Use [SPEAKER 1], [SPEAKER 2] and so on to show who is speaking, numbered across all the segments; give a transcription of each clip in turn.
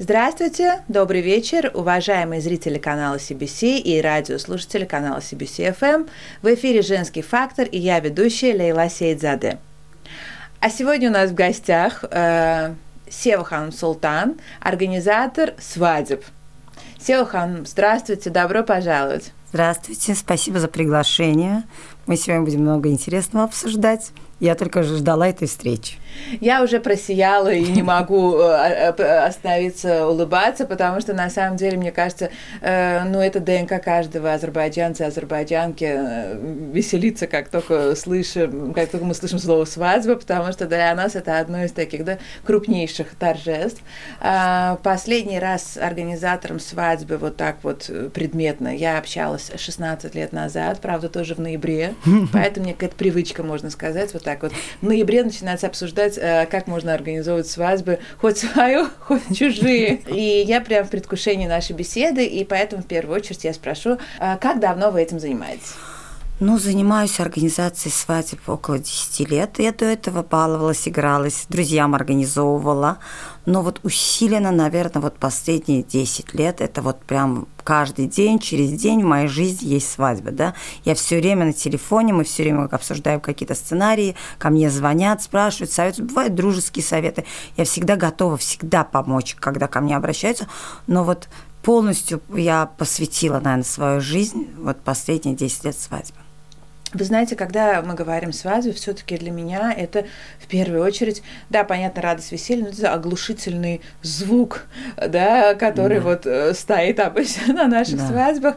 [SPEAKER 1] Здравствуйте, добрый вечер, уважаемые зрители канала CBC и радиослушатели канала CBC FM. В эфире «Женский фактор» и я, ведущая Лейла Сейдзаде. А сегодня у нас в гостях Сева Ханум Султан, организатор свадеб. Сева Ханум, здравствуйте, добро пожаловать.
[SPEAKER 2] Здравствуйте, спасибо за приглашение. Мы сегодня будем много интересного обсуждать. Я только ждала этой встречи.
[SPEAKER 1] Я уже просияла и не могу остановиться улыбаться, потому что, на самом деле, мне кажется, это ДНК каждого азербайджанца и азербайджанки веселиться, как только мы слышим слово «свадьба», потому что для нас это одно из таких крупнейших торжеств. Последний раз с организатором свадьбы вот так вот предметно я общалась 16 лет назад, правда, тоже в ноябре, поэтому мне какая-то привычка, можно сказать, вот так вот. В ноябре начинается обсуждать, как можно организовывать свадьбы, хоть свою, хоть чужие. И я прям в предвкушении нашей беседы, и поэтому в первую очередь я спрошу, как давно вы этим занимаетесь?
[SPEAKER 2] Занимаюсь организацией свадеб около 10 лет. Я до этого баловалась, игралась, друзьям организовывала. Но вот усиленно, наверное, вот последние 10 лет, это вот прям каждый день, через день в моей жизни есть свадьба, да. Я все время на телефоне, мы все время обсуждаем какие-то сценарии, ко мне звонят, спрашивают, советуют, бывают дружеские советы. Я всегда готова, всегда помочь, когда ко мне обращаются, но вот полностью я посвятила, наверное, свою жизнь вот последние 10 лет свадьбы.
[SPEAKER 1] Вы знаете, когда мы говорим свадьбе, все-таки для меня это в первую очередь, да, понятно, радость, веселье, но это оглушительный звук, да, который вот стоит обычно на наших свадьбах.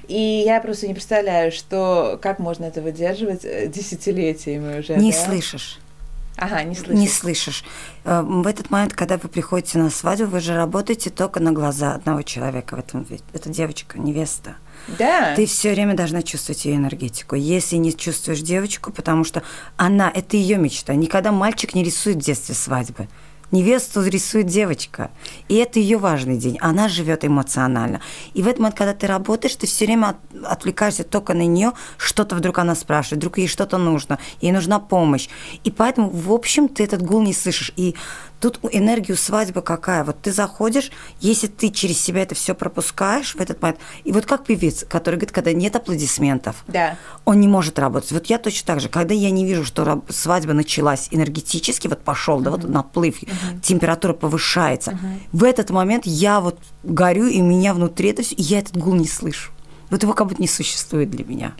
[SPEAKER 1] И я просто не представляю, как можно это выдерживать десятилетиями уже.
[SPEAKER 2] Не слышишь.
[SPEAKER 1] Ага, не слышишь.
[SPEAKER 2] Не слышишь. В этот момент, когда вы приходите на свадьбу, вы же работаете только на глаза одного человека в этом виде. Это девочка, невеста.
[SPEAKER 1] Да.
[SPEAKER 2] Ты все время должна чувствовать ее энергетику. Если не чувствуешь девочку, потому что это ее мечта. Никогда мальчик не рисует в детстве свадьбы. Невесту рисует девочка. И это ее важный день. Она живет эмоционально. И в этот момент, когда ты работаешь, ты все время отвлекаешься только на нее, что-то вдруг она спрашивает, вдруг ей что-то нужно, ей нужна помощь. И поэтому, в общем, ты этот гул не слышишь. И тут энергия свадьбы какая? Вот ты заходишь, если ты через себя это все пропускаешь в этот момент, и вот как певец, который говорит, когда нет аплодисментов,
[SPEAKER 1] да,
[SPEAKER 2] он не может работать. Вот я точно так же, когда я не вижу, что свадьба началась энергетически, вот пошел, да, вот наплыв, температура повышается, в этот момент я вот горю, и меня внутри это все, и я этот гул не слышу. Вот его как будто не существует для меня.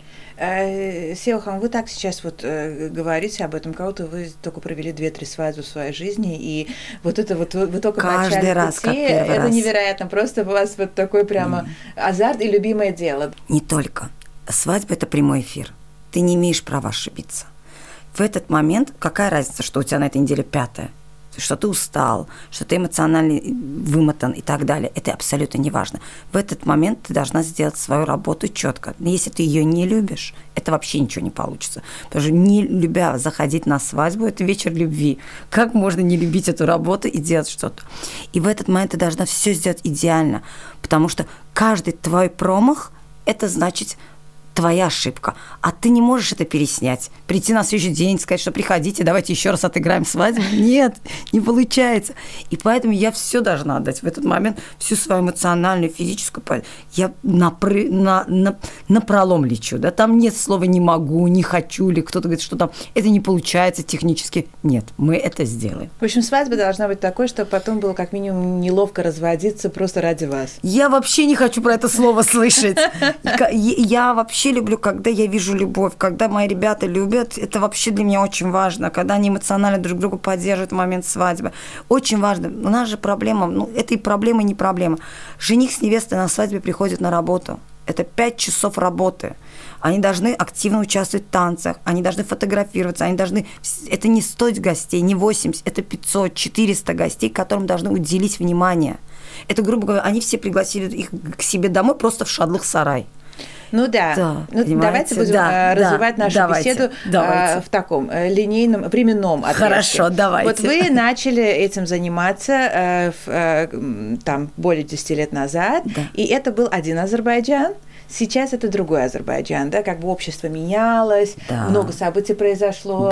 [SPEAKER 1] Сева, вы так сейчас вот говорите об этом, кого-то вы только провели 2-3 свадьбы в своей жизни, и вот это вот вы только
[SPEAKER 2] каждый раз,
[SPEAKER 1] пути,
[SPEAKER 2] как первый
[SPEAKER 1] это
[SPEAKER 2] раз.
[SPEAKER 1] Невероятно, просто у вас вот такой прямо азарт и любимое дело.
[SPEAKER 2] Не только. Свадьба – это прямой эфир. Ты не имеешь права ошибиться. В этот момент какая разница, что у тебя на этой неделе 5-е? Что ты устал, что ты эмоционально вымотан и так далее. Это абсолютно не важно. В этот момент ты должна сделать свою работу четко. Если ты ее не любишь, это вообще ничего не получится. Потому что не любя заходить на свадьбу, это вечер любви. Как можно не любить эту работу и делать что-то? И в этот момент ты должна все сделать идеально. Потому что каждый твой промах – это значит твоя ошибка, а ты не можешь это переснять. Прийти на следующий день, сказать, что приходите, давайте еще раз отыграем свадьбу. Нет, не получается. И поэтому я все должна отдать в этот момент, всю свою эмоциональную, физическую. Я напролом лечу. Да? Там нет слова «не могу», «не хочу», или кто-то говорит, что там это не получается технически. Нет, мы это сделаем.
[SPEAKER 1] В общем, свадьба должна быть такой, чтобы потом было как минимум неловко разводиться просто ради вас.
[SPEAKER 2] Я вообще не хочу про это слово слышать. Я вообще люблю, когда я вижу любовь, когда мои ребята любят, это вообще для меня очень важно, когда они эмоционально друг друга поддерживают в момент свадьбы. Очень важно. У нас же проблема, это и проблема, и не проблема. Жених с невестой на свадьбе приходят на работу. Это 5 часов работы. Они должны активно участвовать в танцах, они должны фотографироваться, они должны... Это не 100 гостей, не 80, это 500, 400 гостей, которым должны уделить внимание. Это, грубо говоря, они все пригласили их к себе домой просто в шадлых-сарай.
[SPEAKER 1] Ну да, давайте будем развивать нашу беседу в таком линейном, временном отрезке.
[SPEAKER 2] Хорошо, давайте.
[SPEAKER 1] Вот вы начали этим заниматься там более 10 лет назад, и это был один Азербайджан. Сейчас это другой Азербайджан, да, как бы общество менялось, много событий произошло,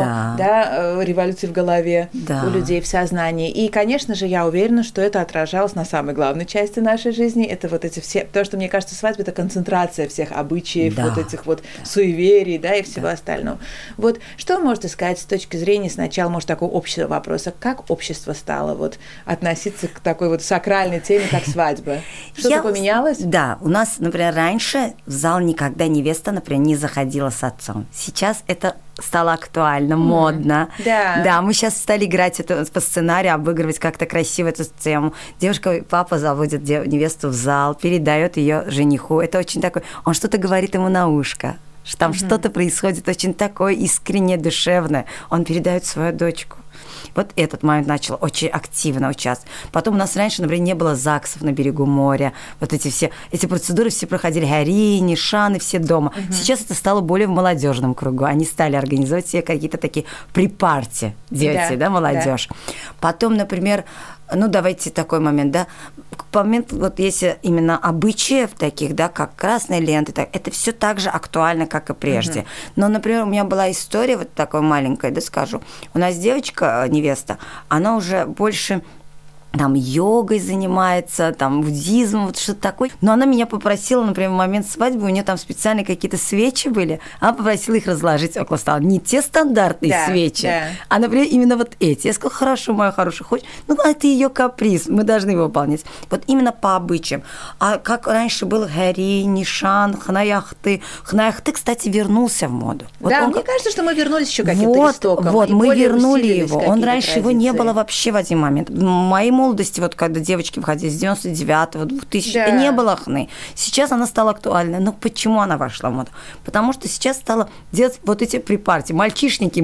[SPEAKER 1] да, революции в голове у людей, в сознании. И, конечно же, я уверена, что это отражалось на самой главной части нашей жизни. Это вот эти все, потому что, мне кажется, свадьба – это концентрация всех обычаев, вот этих вот суеверий, да, и всего остального. Вот что вы можете сказать с точки зрения сначала, может, такого общего вопроса, как общество стало вот относиться к такой вот сакральной теме, как свадьба? Что-то поменялось?
[SPEAKER 2] Да, у нас, например, раньше в зал никогда невеста, например, не заходила с отцом. Сейчас это стало актуально, модно. Да, мы сейчас стали играть это по сценарию, обыгрывать как-то красиво эту тему. Девушка, папа заводит невесту в зал, передает ее жениху. Это очень такой, он что-то говорит ему на ушко, что там что-то происходит очень такое искреннее, душевное. Он передает свою дочку. Вот этот момент начал очень активно участвовать. Потом у нас раньше, например, не было ЗАГСов на берегу моря. Вот эти процедуры все проходили, Хари, Нишаны, все дома. Сейчас это стало более в молодежном кругу. Они стали организовать себе какие-то такие припарти, дети, да, молодежь. Потом, например, ну, давайте такой момент, да. Момент, вот если именно обычаев таких, да, как красные ленты, так, это все так же актуально, как и прежде. Но, например, у меня была история вот такой маленькая, да, скажу. У нас девочка, невеста, она уже больше там йогой занимается, там буддизмом, вот что-то такое. Но она меня попросила, например, в момент свадьбы, у нее там специальные какие-то свечи были, она попросила их разложить около стола. Не те стандартные свечи, а, например, именно вот эти. Я сказала, хорошо, моя хорошая, хочешь? Ну, это ее каприз, мы должны его выполнять. Вот именно по обычаям. А как раньше был Хари, Нишан, Хнаяхты. Хнаяхты, кстати, вернулся в моду. Вот
[SPEAKER 1] да, мне кажется, что мы вернулись еще к каким-то истокам.
[SPEAKER 2] Вот, мы вернули его. Он раньше его не было вообще в один момент. Мои молодости, вот когда девочки выходили с 99-го, 2000, не было хны. Сейчас она стала актуальной. Но почему она вошла в моду? Потому что сейчас стала делать вот эти припарти. Мальчишники,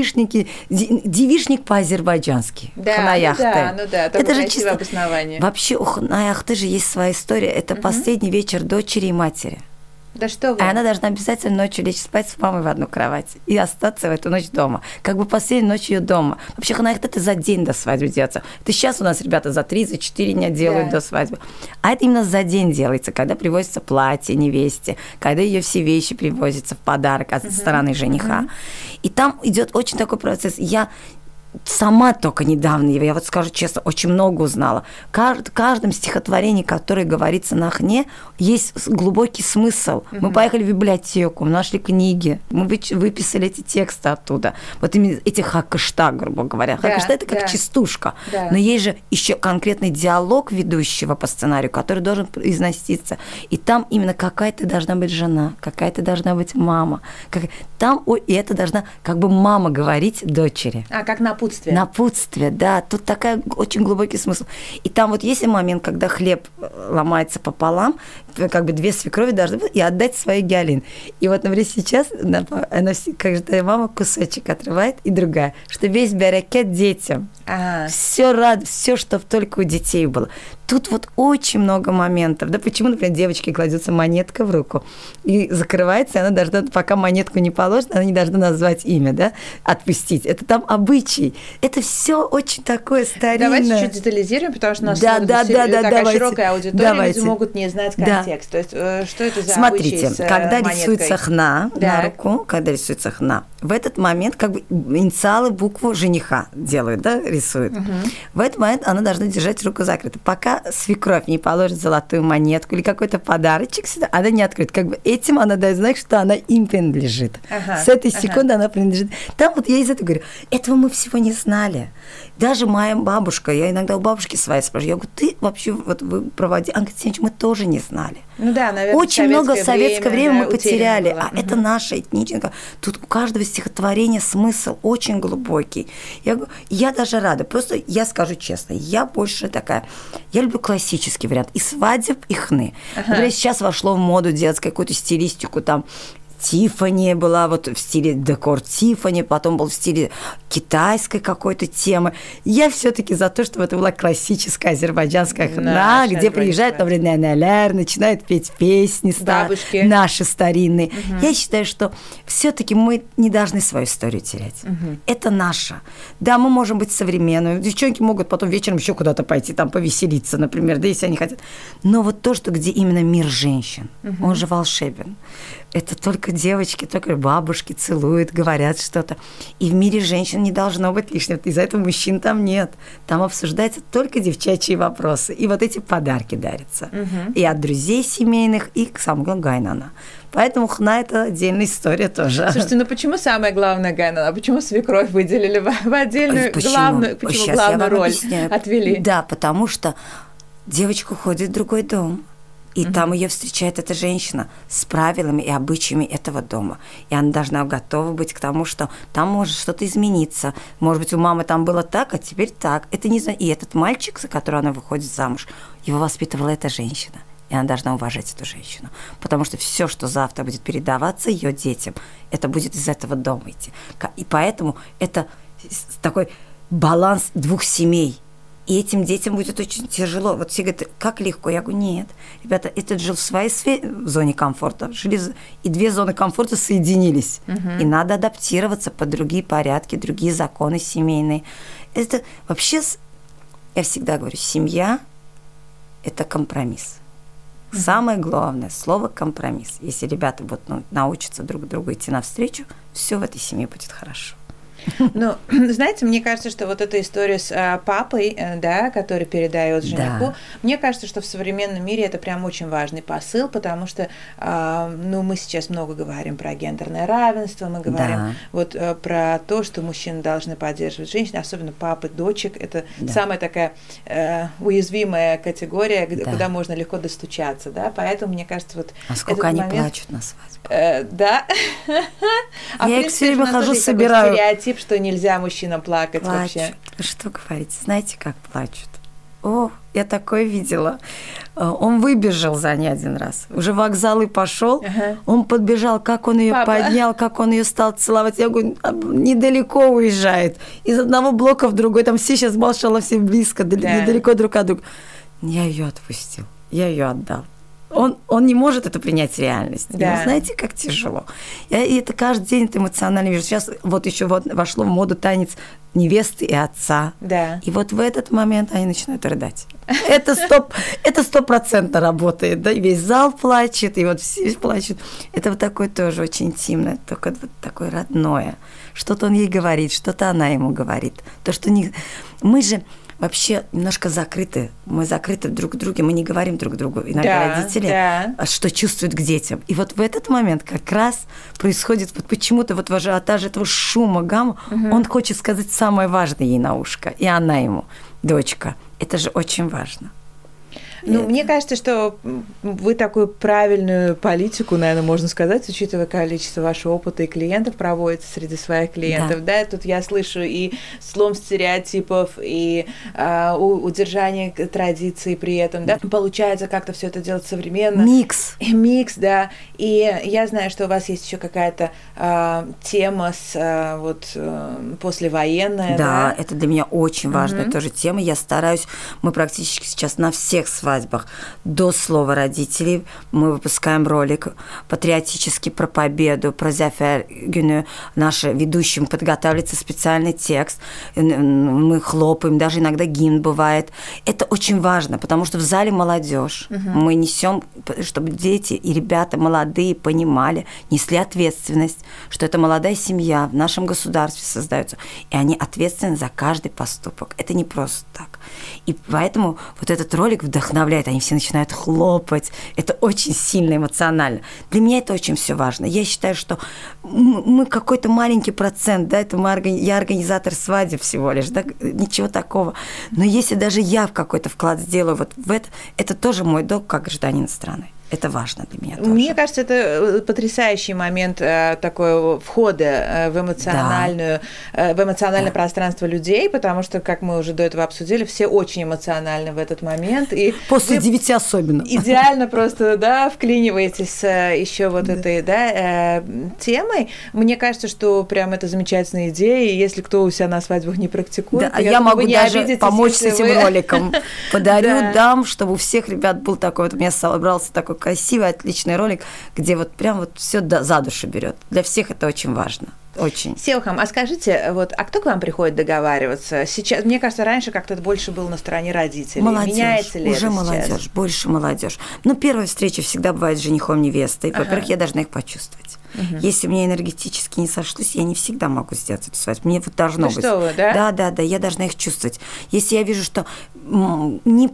[SPEAKER 2] девишник по-азербайджански. Хнаяхты.
[SPEAKER 1] Это же чисто обоснование.
[SPEAKER 2] Вообще у хнаяхты же есть своя история. Это последний вечер дочери и матери.
[SPEAKER 1] Да что вы?
[SPEAKER 2] А она должна обязательно ночью лечь спать с мамой в одну кровать и остаться в эту ночь дома. Как бы последней ночью дома. Вообще, хнаяхты это за день до свадьбы делается. Это сейчас у нас ребята за 3-4 дня делают до свадьбы. А это именно за день делается, когда привозится платье невесте, когда ее все вещи привозятся в подарок от стороны жениха. И там идет очень такой процесс. Я сама только недавно, я вот скажу честно, очень много узнала. В каждом стихотворении, которое говорится на хне, есть глубокий смысл. Мы поехали в библиотеку, мы нашли книги, мы выписали эти тексты оттуда. Вот именно эти хакышта, грубо говоря. Хакышта – это как частушка. Но есть же еще конкретный диалог ведущего по сценарию, который должен произноситься. И там именно какая ты должна быть жена, какая ты должна быть мама. Там и это должна как бы мама говорить дочери.
[SPEAKER 1] А, как напутствие.
[SPEAKER 2] Напутствие, да. Тут такой очень глубокий смысл. И там вот есть момент, когда хлеб ломается пополам, как бы две свекрови должны быть и отдать свой геолин. И вот, например, сейчас каждая мама кусочек отрывает, и другая, что весь берекет детям. Все, что только у детей было. Тут вот очень много моментов. Да почему, например, девочке кладется монетка в руку и закрывается, и она должна, пока монетку не положит, она не должна назвать имя, да, отпустить. Это там обычай. Это все очень такое старинное.
[SPEAKER 1] Давайте чуть детализируем, потому что у нас такая широкая аудитория, люди могут не знать контекст. То есть, что это за
[SPEAKER 2] Смотрите,
[SPEAKER 1] обычай с
[SPEAKER 2] когда
[SPEAKER 1] монеткой?
[SPEAKER 2] рисуется хна на руку, когда рисуется хна, в этот момент как бы инициалы, букву жениха делают, да, рисуют. В этот момент она должна держать руку закрытой. Пока свекровь не положит золотую монетку или какой-то подарочек сюда, она не откроет. Как бы этим она дает знак, что она им принадлежит. С этой секунды она принадлежит. Там вот я из этого говорю, этого мы всего не знали. Даже моя бабушка, я иногда у бабушки своей спрашиваю, я говорю, ты вообще, вот вы проводили, она говорит, мы тоже не знали.
[SPEAKER 1] Ну да, наверное,
[SPEAKER 2] очень много в советское время мы потеряли, это наша этническая. Тут у каждого стихотворения смысл очень глубокий. Я даже рада, просто я скажу честно, я больше такая, я люблю классический вариант и свадеб, и хны. Например, сейчас вошло в моду делать какую-то стилистику там, Тиффани была вот в стиле декор Тиффани, потом был в стиле китайской какой-то темы. Я все-таки за то, чтобы это была классическая азербайджанская хна, где приезжают, например, начинают петь песни наши старинные. Я считаю, что все-таки мы не должны свою историю терять. Это наша. Да, мы можем быть современными. Девчонки могут потом вечером еще куда-то пойти, там повеселиться, например, да, если они хотят. Но вот то, что где именно мир женщин, он же волшебен. Это только девочки, только бабушки целуют, говорят что-то. И в мире женщин не должно быть лишнего. Из-за этого мужчин там нет. Там обсуждаются только девчачьи вопросы. И вот эти подарки дарятся. И от друзей семейных, и к самому Гайнана. Поэтому хна – это отдельная история тоже.
[SPEAKER 1] Слушайте, ну почему самое главное Гайнана? А почему свекровь выделили в отдельную главную роль? Отвели?
[SPEAKER 2] Да, потому что девочка уходит в другой дом. И там ее встречает эта женщина с правилами и обычаями этого дома. И она должна готова быть к тому, что там может что-то измениться. Может быть, у мамы там было так, а теперь так. Это не знаю. И этот мальчик, за которого она выходит замуж, его воспитывала эта женщина. И она должна уважать эту женщину. Потому что все, что завтра будет передаваться ее детям, это будет из этого дома идти. И поэтому это такой баланс двух семей. И этим детям будет очень тяжело. Вот все говорят, как легко? Я говорю, нет. Ребята, этот жил в своей зоне комфорта. Жили, и две зоны комфорта соединились. И надо адаптироваться под другие порядки, другие законы семейные. Это вообще, я всегда говорю, семья – это компромисс. Самое главное слово «компромисс». Если ребята будут научатся друг другу идти навстречу, все в этой семье будет хорошо.
[SPEAKER 1] Ну, знаете, мне кажется, что вот эта история с папой, да, который передает жениху, мне кажется, что в современном мире это прям очень важный посыл, потому что, ну, мы сейчас много говорим про гендерное равенство, мы говорим вот про то, что мужчины должны поддерживать женщин, особенно папы, дочек, это самая такая уязвимая категория, куда можно легко достучаться, да, поэтому мне кажется, вот
[SPEAKER 2] а сколько они плачут на свадьбе?
[SPEAKER 1] Да.
[SPEAKER 2] Я их все время хожу, собираю.
[SPEAKER 1] Стереотип, что нельзя мужчинам плакать вообще.
[SPEAKER 2] Что говорите? Знаете, как плачут? О, я такое видела. Он выбежал за ней один раз. Уже в вокзал и пошел. Он подбежал, как он ее поднял, как он ее стал целовать. Я говорю, недалеко уезжает. Из одного блока в другой. Там все сейчас молчало, все близко, недалеко друг от друга. Я ее отпустил. Я ее отдал. Он не может это принять реальность. Да. Ему, знаете, как тяжело. И это каждый день это эмоционально вижу. Сейчас вот еще вошло в моду танец невесты и отца.
[SPEAKER 1] Да.
[SPEAKER 2] И вот в этот момент они начинают рыдать. Это 100% работает. Да? И весь зал плачет, и вот все плачут. Это вот такое тоже очень интимное, только вот такое родное. Что-то он ей говорит, что-то она ему говорит. То, что мы же вообще немножко закрыты. Мы закрыты друг к другу, мы не говорим друг другу. Иногда родители, что чувствуют к детям. И вот в этот момент как раз происходит вот почему-то вот в ажиотаже этого шума, гамма, он хочет сказать самое важное ей на ушко, и она ему, дочка. Это же очень важно.
[SPEAKER 1] Ну, мне кажется, что вы такую правильную политику, наверное, можно сказать, учитывая количество вашего опыта и клиентов проводится среди своих клиентов. Да, тут я слышу и слом стереотипов, и удержание традиций при этом, да. Получается как-то все это делать современно. Микс, да. И я знаю, что у вас есть еще какая-то тема с послевоенная.
[SPEAKER 2] Да, это для меня очень важная тоже тема. Я стараюсь, мы практически сейчас на всех свадьбах до слова родителей мы выпускаем ролик патриотический про победу, про Зафер Гюнü. Наши ведущим подготавливается специальный текст. Мы хлопаем, даже иногда гимн бывает. Это очень важно, потому что в зале молодежь. Мы несем, чтобы дети и ребята молодые понимали, несли ответственность, что это молодая семья в нашем государстве создается, и они ответственны за каждый поступок. Это не просто так. И поэтому вот этот ролик вдохновляет, они все начинают хлопать. Это очень сильно эмоционально. Для меня это очень все важно. Я считаю, что мы какой-то маленький процент, да, это я организатор свадеб всего лишь, да, ничего такого. Но если даже я в какой-то вклад сделаю вот в это тоже мой долг как гражданин страны. Это важно для меня тоже.
[SPEAKER 1] Мне кажется, это потрясающий момент такой входа в эмоциональное пространство людей, потому что, как мы уже до этого обсудили, все очень эмоциональны в этот момент. И
[SPEAKER 2] после 9 особенно.
[SPEAKER 1] Идеально просто, вклиниваетесь с еще вот этой, темой. Мне кажется, что прям это замечательная идея, и если кто у себя на свадьбах не практикует,
[SPEAKER 2] да, я могу даже помочь с этим роликом. Подарю, дам, чтобы у всех ребят был такой, вот у меня собрался такой красивый, отличный ролик, где вот прям вот все за душу берет. Для всех это очень важно. Очень.
[SPEAKER 1] Севхам, а скажите, а кто к вам приходит договариваться? Сейчас, мне кажется, раньше как-то это больше было на стороне родителей.
[SPEAKER 2] Молодежь,
[SPEAKER 1] меняется ли
[SPEAKER 2] уже
[SPEAKER 1] это
[SPEAKER 2] молодежь,
[SPEAKER 1] сейчас?
[SPEAKER 2] Больше молодежь. Первая встреча всегда бывает с женихом, невестой. Во-первых, я должна их почувствовать. Если мне энергетически не сошлюсь, я не всегда могу сделать эту свадьбу. Мне вот должно быть.
[SPEAKER 1] Что вы, да?
[SPEAKER 2] Да, я должна их чувствовать. Если я вижу, что не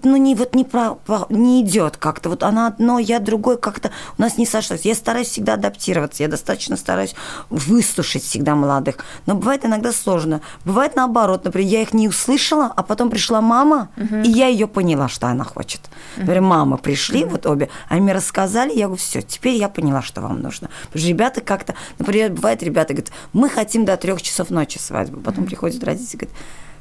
[SPEAKER 2] идет как-то, вот она одно, я другой, как-то у нас не сошлось. Я стараюсь всегда адаптироваться, я достаточно стараюсь выслушать всегда молодых. Но бывает иногда сложно. Бывает наоборот, например, я их не услышала, а потом пришла мама, и я ее поняла, что она хочет. Например, мамы пришли, вот обе, они мне рассказали, я говорю, все, теперь я поняла, что вам нужно. Потому что ребята как-то, например, бывает, ребята говорят, мы хотим до 3 часов ночи свадьбу. Потом приходят родители и говорят,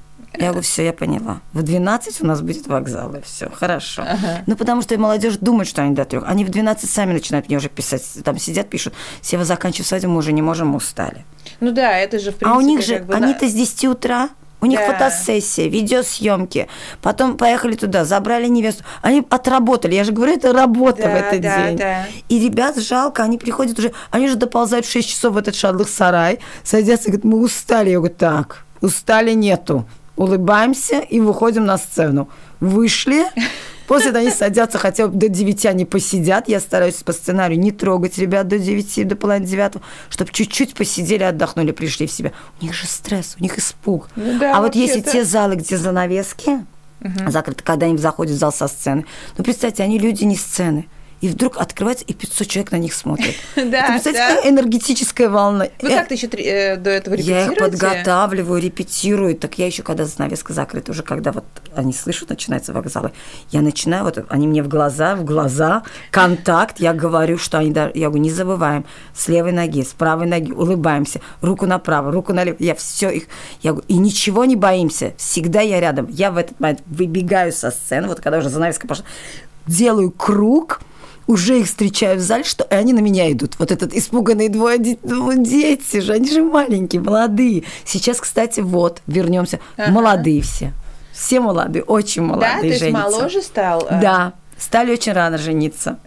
[SPEAKER 2] я говорю, все, я поняла. В 12 у нас будет вокзал, и все, хорошо. Потому что молодежь думает, что они до 3. Они в 12 сами начинают мне уже писать, там сидят, пишут, Сева, заканчивай свадьбу, мы уже не можем, мы устали.
[SPEAKER 1] Это же, в принципе,
[SPEAKER 2] а у них же, они-то с 10 утра. У них фотосессия, видеосъемки. Потом поехали туда, забрали невесту. Они отработали. Я же говорю, это работа в этот день. Да. И ребят жалко, они приходят уже, они же доползают в 6 часов в этот шадлых-сарай, садятся и говорят, мы устали. Я говорю, так, устали нету. Улыбаемся и выходим на сцену. Вышли. После этого они садятся, хотя бы до 9 они посидят. Я стараюсь по сценарию не трогать ребят до 9, до половины 9, чтобы чуть-чуть посидели, отдохнули, пришли в себя. У них же стресс, у них испуг. А вот если те залы, где занавески закрыты, когда они заходят в зал со сцены, представьте, они люди не сцены. И вдруг открывается, и 500 человек на них смотрят. Представляете, какая энергетическая волна.
[SPEAKER 1] Вы как-то еще до этого репетируете?
[SPEAKER 2] Я их подготавливаю, репетирую. Так я еще, когда занавеска закрыта, уже когда вот они слышат, начинаются вокзалы, я начинаю, вот они мне в глаза, контакт, я говорю, что они, я говорю, не забываем, с левой ноги, с правой ноги, улыбаемся, руку направо, руку налево, я все их, я говорю, и ничего не боимся, всегда я рядом. Я в этот момент выбегаю со сцены, вот когда уже занавеска пошла, делаю круг, уже их встречаю в зале, что и они на меня идут. Вот этот испуганные двое дети же, они же маленькие, молодые. Сейчас, кстати, вернемся. Молодые все. Все молодые, очень молодые женятся.
[SPEAKER 1] Да, то есть моложе стал?
[SPEAKER 2] Да. Стали очень рано жениться.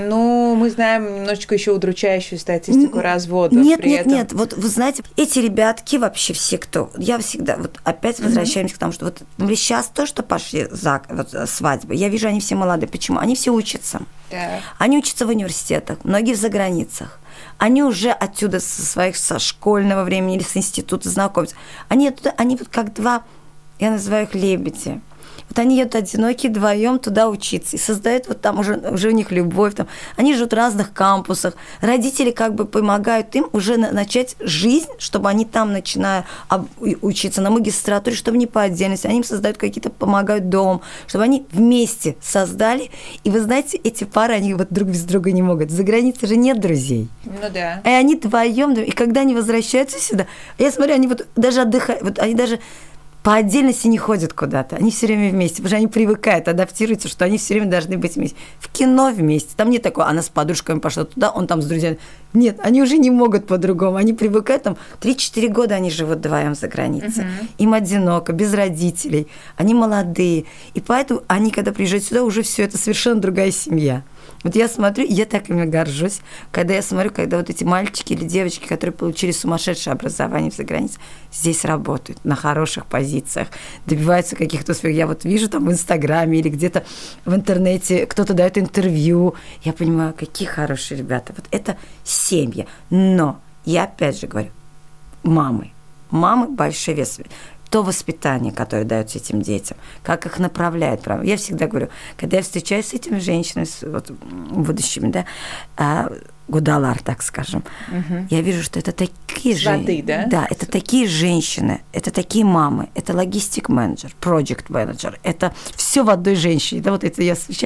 [SPEAKER 1] Мы знаем немножечко еще удручающую статистику разводов.
[SPEAKER 2] Нет. Вот вы знаете, эти ребятки вообще все, кто... Я всегда... Вот опять возвращаемся к тому, что вот сейчас то, что пошли свадьбы, я вижу, они все молодые. Почему? Они все учатся. Да. Они учатся в университетах, многие в заграницах. Они уже отсюда со школьного времени или с института знакомятся. Они вот как два, я называю их лебеди. Вот они едут одинокие вдвоем туда учиться и создают вот там уже у них любовь. Там. Они живут в разных кампусах. Родители как бы помогают им уже начать жизнь, чтобы они там, начиная учиться на магистратуре, чтобы не по отдельности. Они им создают какие-то, помогают дом, чтобы они вместе создали. И вы знаете, эти пары, они вот друг без друга не могут. За границей же нет друзей.
[SPEAKER 1] Да.
[SPEAKER 2] И они вдвоем, и когда они возвращаются сюда, я смотрю, они вот даже отдыхают, вот они даже по отдельности не ходят куда-то, они все время вместе, потому что они привыкают, адаптируются, что они все время должны быть вместе. В кино вместе, там нет такого, она с подружками пошла туда, он там с друзьями. Нет, они уже не могут по-другому, они привыкают, там 3-4 года они живут вдвоем за границей, им одиноко, без родителей, они молодые, и поэтому они, когда приезжают сюда, уже все это совершенно другая семья. Вот я смотрю, я так ими горжусь, когда я смотрю, когда вот эти мальчики или девочки, которые получили сумасшедшее образование за границей, здесь работают на хороших позициях, добиваются каких-то успехов. Я вот вижу там в Инстаграме или где-то в интернете кто-то дает интервью, я понимаю, какие хорошие ребята. Вот это семья. Но я опять же говорю, мамы большой вес. То воспитание, которое дается этим детям, как их направляет. Я всегда говорю, когда я встречаюсь с этими женщинами, вот, будущими, да, Гудалар, так скажем. Я вижу, что это такие
[SPEAKER 1] сваты, да?
[SPEAKER 2] Да, это такие женщины, это такие мамы, это логистик-менеджер, проект-менеджер, это все в одной женщине. Да, вот это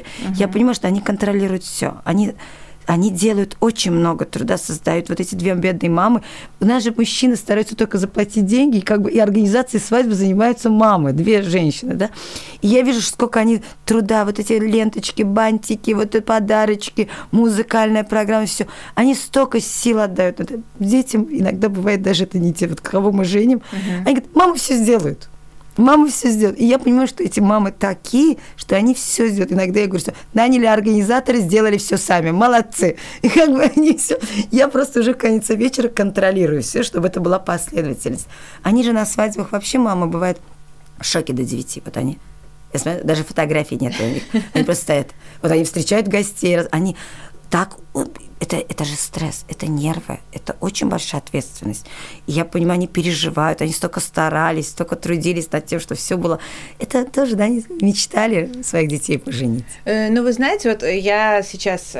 [SPEAKER 2] я понимаю, что они контролируют все. Они делают очень много труда, создают вот эти две бедные мамы. У нас же мужчины стараются только заплатить деньги, и организацией свадьбы занимаются мамы, две женщины, да. И я вижу, сколько они труда, вот эти ленточки, бантики, вот эти подарочки, музыкальная программа, все. Они столько сил отдают. Детям иногда бывает даже это не те, вот кого мы женим. Они говорят, мама все сделают. Мама все сделает. И я понимаю, что эти мамы такие, что они все сделают. Иногда я говорю, что наняли организаторы, сделали все сами. Молодцы. И как бы они все. Я просто уже в конце вечера контролирую все, чтобы это была последовательность. Они же на свадьбах вообще, мама, бывает в шоке до 9. Вот они. Я смотрю, даже фотографий нет у них. Они просто стоят. Вот они встречают гостей. Они так... Это же стресс, это нервы, это очень большая ответственность. И я понимаю, они переживают, они столько старались, столько трудились над тем, что все было. Это тоже, да, они мечтали своих детей поженить.
[SPEAKER 1] Ну, вы знаете, вот я сейчас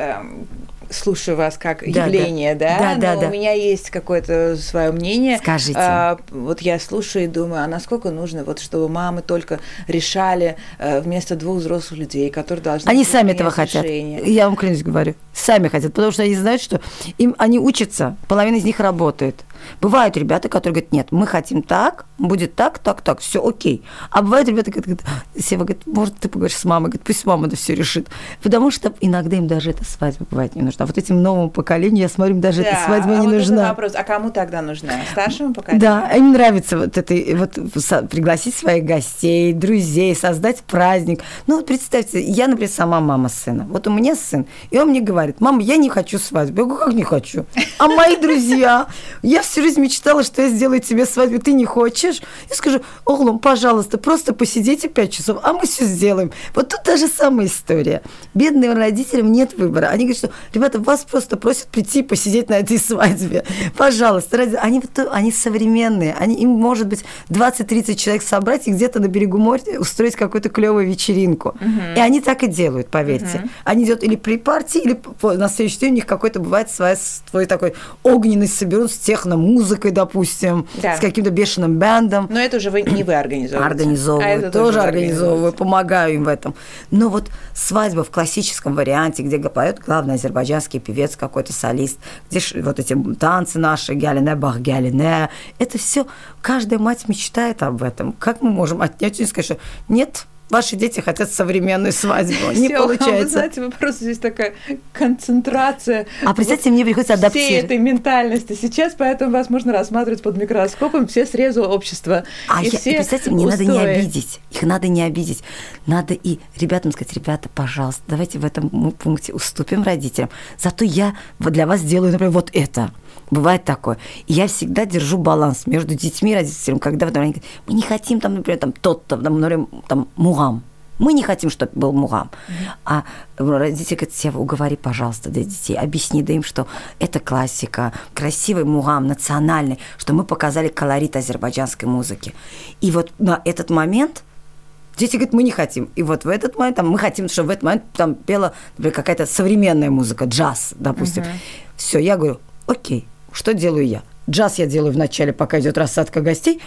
[SPEAKER 1] слушаю вас как явление, да? У меня есть какое-то свое мнение.
[SPEAKER 2] Скажите.
[SPEAKER 1] Вот я слушаю и думаю, а насколько нужно, вот, чтобы мамы только решали вместо двух взрослых людей, которые должны...
[SPEAKER 2] Они сами этого хотят. Я вам клянусь говорю. Сами хотят, потому что они знают, что они учатся, половина из них работает. Бывают ребята, которые говорят, нет, мы хотим так, будет так, все окей. А бывают ребята, которые говорят, Сева говорит, может, ты поговоришь с мамой, говорит, пусть мама это все решит. Потому что иногда им даже эта свадьба бывает не нужна. Вот этим новому поколению, я смотрю, им даже эта свадьба не нужна.
[SPEAKER 1] Вопрос, а кому тогда нужна? Старшему поколению?
[SPEAKER 2] Да, им нравится вот это, вот пригласить своих гостей, друзей, создать праздник. Ну, вот представьте, я, например, сама мама сына. Вот у меня сын, и он мне говорит, мама, я не хочу свадьбу. Я говорю, как не хочу? А мои друзья, я всю жизнь мечтала, что я сделаю тебе свадьбу, ты не хочешь? Я скажу, оглом, пожалуйста, просто посидите 5 часов, а мы все сделаем. Вот тут та же самая история. Бедным родителям нет выбора. Они говорят, что, ребята, вас просто просят прийти посидеть на этой свадьбе. Пожалуйста. Они современные. Им, может быть, 20-30 человек собрать и где-то на берегу моря устроить какую-то клевую вечеринку. И они так и делают, поверьте. Они делают или при партии, или на следующий день у них какой-то бывает свой такой огненный соберут с техно-музыкой, допустим, с каким-то бешеным бэндом.
[SPEAKER 1] Но это уже не вы организовываете.
[SPEAKER 2] Организовываю, тоже организовываю, помогаю им в этом. Но вот свадьба в классическом варианте, где поет главный азербайджанский певец, какой-то солист, где вот эти танцы наши, гялине, бах, гялине, это все, каждая мать мечтает об этом. Как мы можем отнять и сказать, что нет, ваши дети хотят современную свадьбу. Не получается.
[SPEAKER 1] Вы знаете, вы просто здесь такая концентрация.
[SPEAKER 2] А представьте, мне приходится адаптировать.
[SPEAKER 1] Всей этой ментальности сейчас, поэтому вас можно рассматривать под микроскопом все срезы общества.
[SPEAKER 2] Представьте, мне надо не обидеть. Их надо не обидеть. Надо и ребятам сказать, ребята, пожалуйста, давайте в этом пункте уступим родителям. Зато я для вас сделаю, например, вот это. Бывает такое. И я всегда держу баланс между детьми и родителями, когда они говорят, мы не хотим, там, например, тот-то, там, мугам. Мы не хотим, чтобы был мугам. А родители говорят, Сева, уговори, пожалуйста, для детей, объясни им, что это классика, красивый мугам, национальный, что мы показали колорит азербайджанской музыки. И вот на этот момент дети говорят, мы не хотим. И вот в этот момент мы хотим, чтобы в этот момент там пела, например, какая-то современная музыка, джаз, допустим. Все, я говорю, окей. Что делаю я? Джаз я делаю в начале, пока идет рассадка гостей.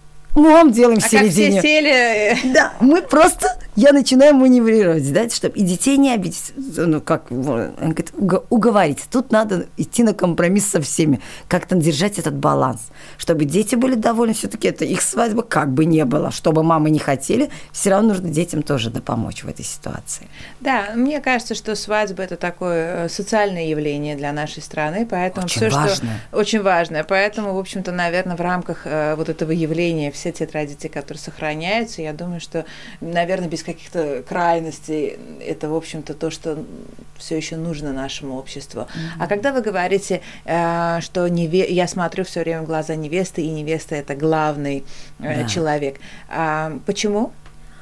[SPEAKER 2] Мугам делаем в середине.
[SPEAKER 1] Как все сели.
[SPEAKER 2] Да, мы просто... Я начинаю маневрировать, да, чтобы и детей не обидеть. Ну, как, он говорит, уговорить. Тут надо идти на компромисс со всеми. Как-то держать этот баланс. Чтобы дети были довольны. Все-таки это их свадьба, как бы не было. Чтобы мамы не хотели, все равно нужно детям тоже помочь в этой ситуации.
[SPEAKER 1] Да, мне кажется, что свадьба – это такое социальное явление для нашей страны. Поэтому
[SPEAKER 2] очень важное.
[SPEAKER 1] Очень важное. Поэтому, в общем-то, наверное, в рамках вот этого явления все те традиции, которые сохраняются, я думаю, что, наверное, без каких-то крайностей, это, в общем-то, то, что все еще нужно нашему обществу. А когда вы говорите, что я смотрю все время в глаза невесты, и невеста – это главный человек, почему?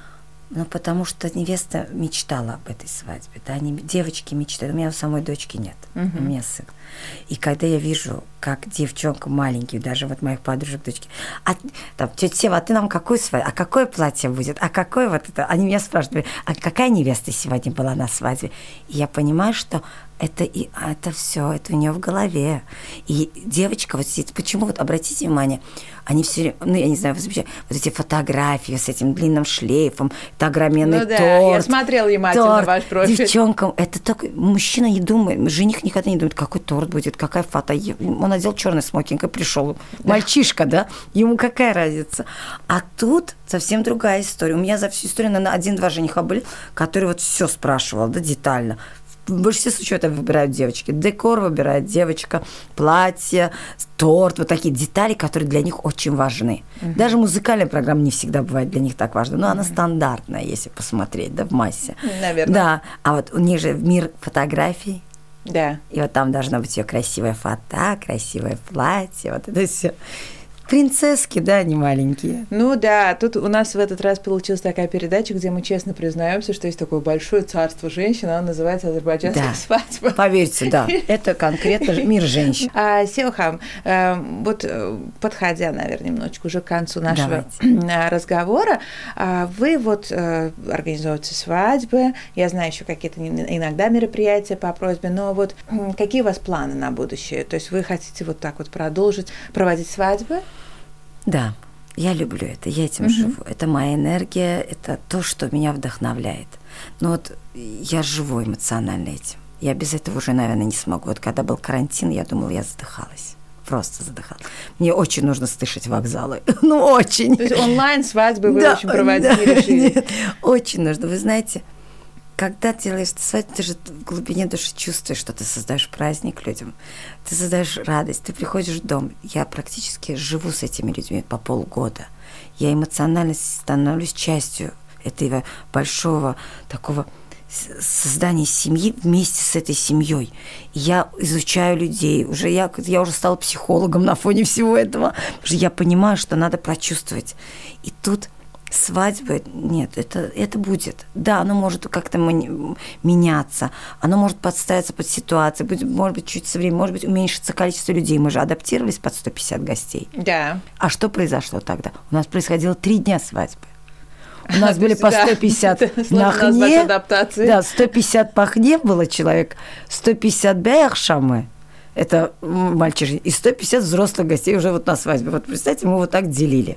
[SPEAKER 2] Ну, потому что невеста мечтала об этой свадьбе, да, девочки мечтают, у меня у самой дочки нет, у меня сын. И когда я вижу, как девчонка маленькая, даже вот моих подружек, дочки, тетя Сева, а ты нам какую свадьбу, а какое платье будет, а какое вот это, они меня спрашивают, а какая невеста сегодня была на свадьбе? И я понимаю, что это все, это у нее в голове. И девочка вот сидит, почему, вот обратите внимание, они все время, ну, я не знаю, вот эти фотографии с этим длинным шлейфом, это огроменный торт.
[SPEAKER 1] Я смотрела внимательно ваш профиль.
[SPEAKER 2] Девчонкам, это только, мужчина не думает, жених никогда не думает, какой торт будет, какая фото. Он надел черный смокинг и пришел. Мальчишка, да? Ему какая разница? А тут совсем другая история. У меня за всю историю, наверное, 1-2 жениха были, которые вот все спрашивал, да, детально. В большинстве случаев это выбирают девочки. Декор выбирает девочка, платье, торт, вот такие детали, которые для них очень важны. Даже музыкальная программа не всегда бывает для них так важна, но она стандартная, если посмотреть, да, в массе.
[SPEAKER 1] Наверное.
[SPEAKER 2] Да, а вот у них же мир фотографий.
[SPEAKER 1] Да.
[SPEAKER 2] И вот там должна быть ее красивая фото, красивое платье, вот это все. Принцесски, да, не маленькие.
[SPEAKER 1] Ну да, тут у нас в этот раз получилась такая передача, где мы честно признаемся, что есть такое большое царство женщин, оно называется «Азербайджанская свадьба».
[SPEAKER 2] Поверьте, да, это конкретно мир женщин.
[SPEAKER 1] Силхам, вот подходя, наверное, немножечко уже к концу нашего разговора, вы вот организуете свадьбы, я знаю еще какие-то иногда мероприятия по просьбе, но вот какие у вас планы на будущее? То есть вы хотите вот так вот продолжить проводить свадьбы?
[SPEAKER 2] Да, я люблю это, я этим живу. Это моя энергия, это то, что меня вдохновляет. Но вот я живу эмоционально этим. Я без этого уже, наверное, не смогу. Вот когда был карантин, я думала, я задыхалась. Просто задыхалась. Мне очень нужно слышать вокзалы. Ну, очень.
[SPEAKER 1] То есть онлайн-свадьбы вы очень проводили?
[SPEAKER 2] Нет, очень нужно. Вы знаете, когда делаешь свадьбу, ты же в глубине души чувствуешь, что ты создаешь праздник людям, ты создаешь радость, ты приходишь в дом. Я практически живу с этими людьми по полгода. Я эмоционально становлюсь частью этого большого такого создания семьи вместе с этой семьей. Я изучаю людей. Я уже стала психологом на фоне всего этого. Потому что я понимаю, что надо прочувствовать. И тут свадьбы, нет, это будет. Да, оно может как-то меняться, оно может подстраиваться под ситуацию, может быть, чуть со временем, может быть, уменьшится количество людей. Мы же адаптировались под 150 гостей.
[SPEAKER 1] Да.
[SPEAKER 2] А что произошло тогда? У нас происходило 3 дня свадьбы. У нас были по 150 на хне. Да, 150 по хне было человек, 150 бяхшамы. Это мальчишки, и 150 взрослых гостей уже вот на свадьбе. Вот представьте, мы вот так делили.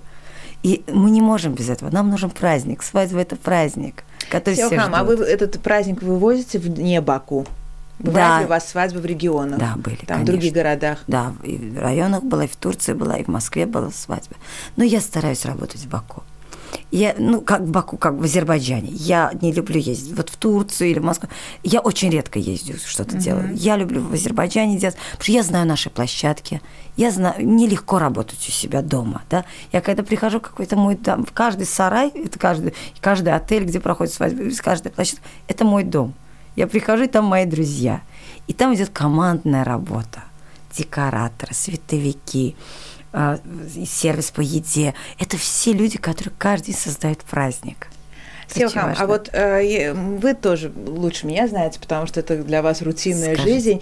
[SPEAKER 2] И мы не можем без этого. Нам нужен праздник. Свадьба – это праздник, который все ждут.
[SPEAKER 1] А вы этот праздник вывозите вне Баку? Бывают ли у вас свадьбы в регионах?
[SPEAKER 2] Да, были,
[SPEAKER 1] там, конечно. В других городах?
[SPEAKER 2] Да, и в районах была, и в Турции была, и в Москве была свадьба. Но я стараюсь работать в Баку. Как в Баку, как в Азербайджане. Я не люблю ездить вот в Турцию или в Москву. Я очень редко езжу, что-то делаю. Я люблю в Азербайджане делать, потому что я знаю наши площадки. Мне легко работать у себя дома. Да? Я когда прихожу в какой-то мой дом, в каждый сарай, это каждый отель, где проходит свадьба, каждая площадка, это мой дом. Я прихожу, и там мои друзья. И там идет командная работа. Декораторы, световики, сервис по еде. Это все люди, которые каждый день создают праздник.
[SPEAKER 1] Силхам, а вот вы тоже лучше меня знаете, потому что это для вас рутинная жизнь.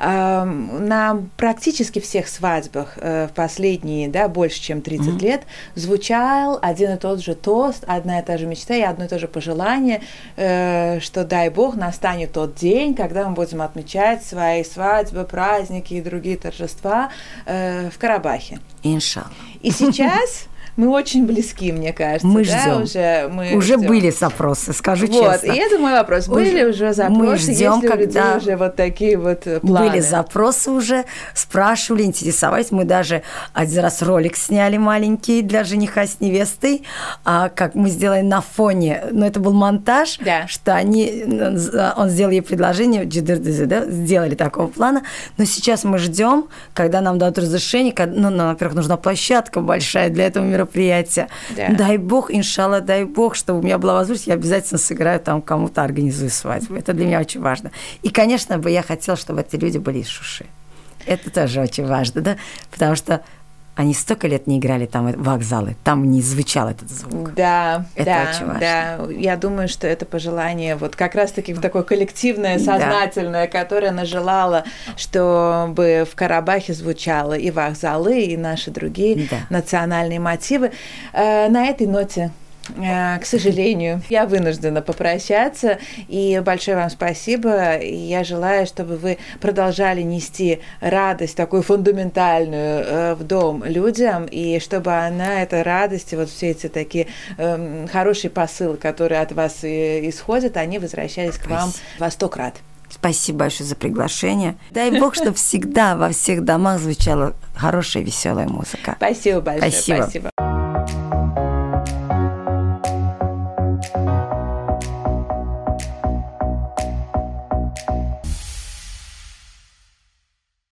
[SPEAKER 1] На практически всех свадьбах в последние, больше чем 30 лет звучал один и тот же тост, одна и та же мечта и одно и то же пожелание, что, дай Бог, настанет тот день, когда мы будем отмечать свои свадьбы, праздники и другие торжества в Карабахе.
[SPEAKER 2] Иншаллах.
[SPEAKER 1] И сейчас... Мы очень близки, мне кажется.
[SPEAKER 2] Мы ждем. Уже были запросы, скажу честно.
[SPEAKER 1] И это мой вопрос. Были уже запросы,
[SPEAKER 2] мы ждем,
[SPEAKER 1] есть ли у людей уже вот такие вот планы?
[SPEAKER 2] Были запросы уже, спрашивали, интересовались. Мы даже один раз ролик сняли маленький для жениха с невестой, как мы сделали на фоне, но это был монтаж, что он сделал ей предложение, сделали такого плана, но сейчас мы ждем, когда нам дадут разрешение, во-первых, нужна площадка большая для этого мероприятия. Дай Бог, иншалла, дай Бог, чтобы у меня была возможность, я обязательно сыграю там, кому-то организую свадьбу. Это для меня очень важно. И, конечно, я хотела, чтобы эти люди были из Шуши. Это тоже очень важно, да? Потому что они столько лет не играли там вокзалы, там не звучал этот звук.
[SPEAKER 1] Да,
[SPEAKER 2] это очень важно.
[SPEAKER 1] Да. Я думаю, что это пожелание вот как раз-таки такое коллективное, сознательное, которое нажелало, чтобы в Карабахе звучало и вокзалы, и наши другие национальные мотивы. На этой ноте К сожалению, я вынуждена попрощаться. И большое вам спасибо. И я желаю, чтобы вы продолжали нести радость такую фундаментальную в дом людям, и чтобы она, эта радость, вот все эти такие хорошие посылы, которые от вас исходят, они возвращались к вам во 100 крат.
[SPEAKER 2] Спасибо большое за приглашение. Дай Бог, чтобы всегда во всех домах звучала хорошая, веселая музыка.
[SPEAKER 1] Спасибо большое. Спасибо.